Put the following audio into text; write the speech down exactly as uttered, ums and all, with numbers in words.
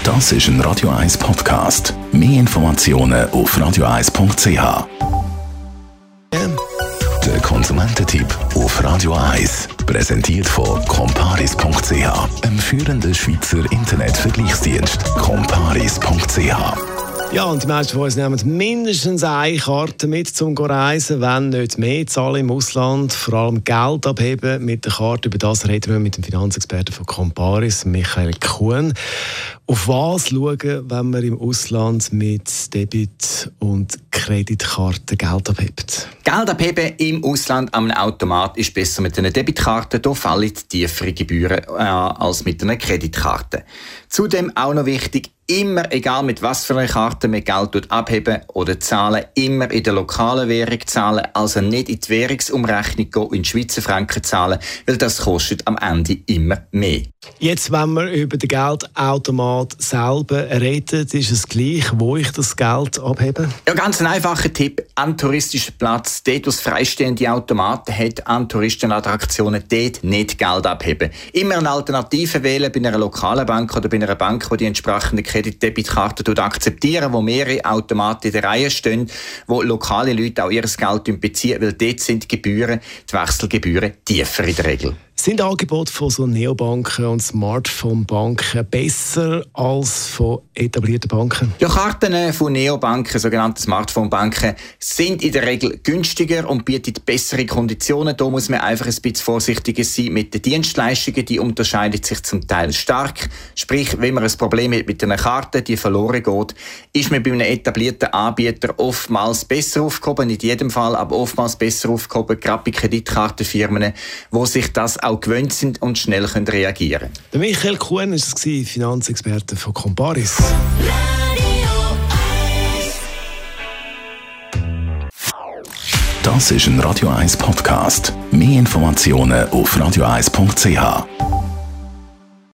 Das ist ein Radio eins Podcast. Mehr Informationen auf radio eins punkt c h. Der Konsumententipp auf Radio eins. Präsentiert von comparis punkt c h, einem führenden Schweizer Internetvergleichsdienst. comparis punkt c h. Ja, und die meisten von uns nehmen mindestens eine Karte mit zum Reisen, wenn nicht mehr zahlen im Ausland, vor allem Geld abheben mit der Karte. Über das reden wir mit dem Finanzexperten von Comparis, Michael Kuhn. Auf was schauen, wenn man im Ausland mit Debit- und Kreditkarte Geld abhebt? Geld abheben im Ausland am Automat ist besser mit einer Debitkarte. Da fallen tiefere Gebühren äh, als mit einer Kreditkarte. Zudem auch noch wichtig, immer, egal mit was für einer Karte man Geld abheben oder zahlen, immer in der lokalen Währung zahlen, also nicht in die Währungsumrechnung gehen, in Schweizer Franken zahlen, weil das kostet am Ende immer mehr. Jetzt, wenn wir über den Geldautomat selber reden, ist es gleich, wo ich das Geld abhebe? Ja, ganz ein einfacher Tipp. An touristischen Platz, dort, wo es freistehende Automaten hat, an Touristenattraktionen, dort nicht Geld abheben. Immer eine Alternative wählen bei einer lokalen Bank oder bei einer Bank, die die entsprechende Kredit-Debitkarten akzeptieren, wo mehrere Automaten in der Reihe stehen, wo lokale Leute auch ihr Geld beziehen, weil dort sind die Gebühren, die Wechselgebühren tiefer in der Regel. Sind Angebote von so Neobanken und Smartphone-Banken besser als von etablierten Banken? Ja, Karten von Neobanken, sogenannte Smartphone-Banken, sind in der Regel günstiger und bieten bessere Konditionen. Da muss man einfach ein bisschen vorsichtiger sein mit den Dienstleistungen. Die unterscheiden sich zum Teil stark. Sprich, wenn man ein Problem hat mit einer Karte, die verloren geht, ist man bei einem etablierten Anbieter oftmals besser aufgehoben. Nicht in jedem Fall, aber oftmals besser aufgehoben, gerade bei Kreditkartenfirmen, wo sich das auch auch gewöhnt sind und schnell können reagieren können. Der Michael Kuhn war es, Finanzexperte von Comparis. Das ist ein Radio eins Podcast. Mehr Informationen auf radio eins punkt c h.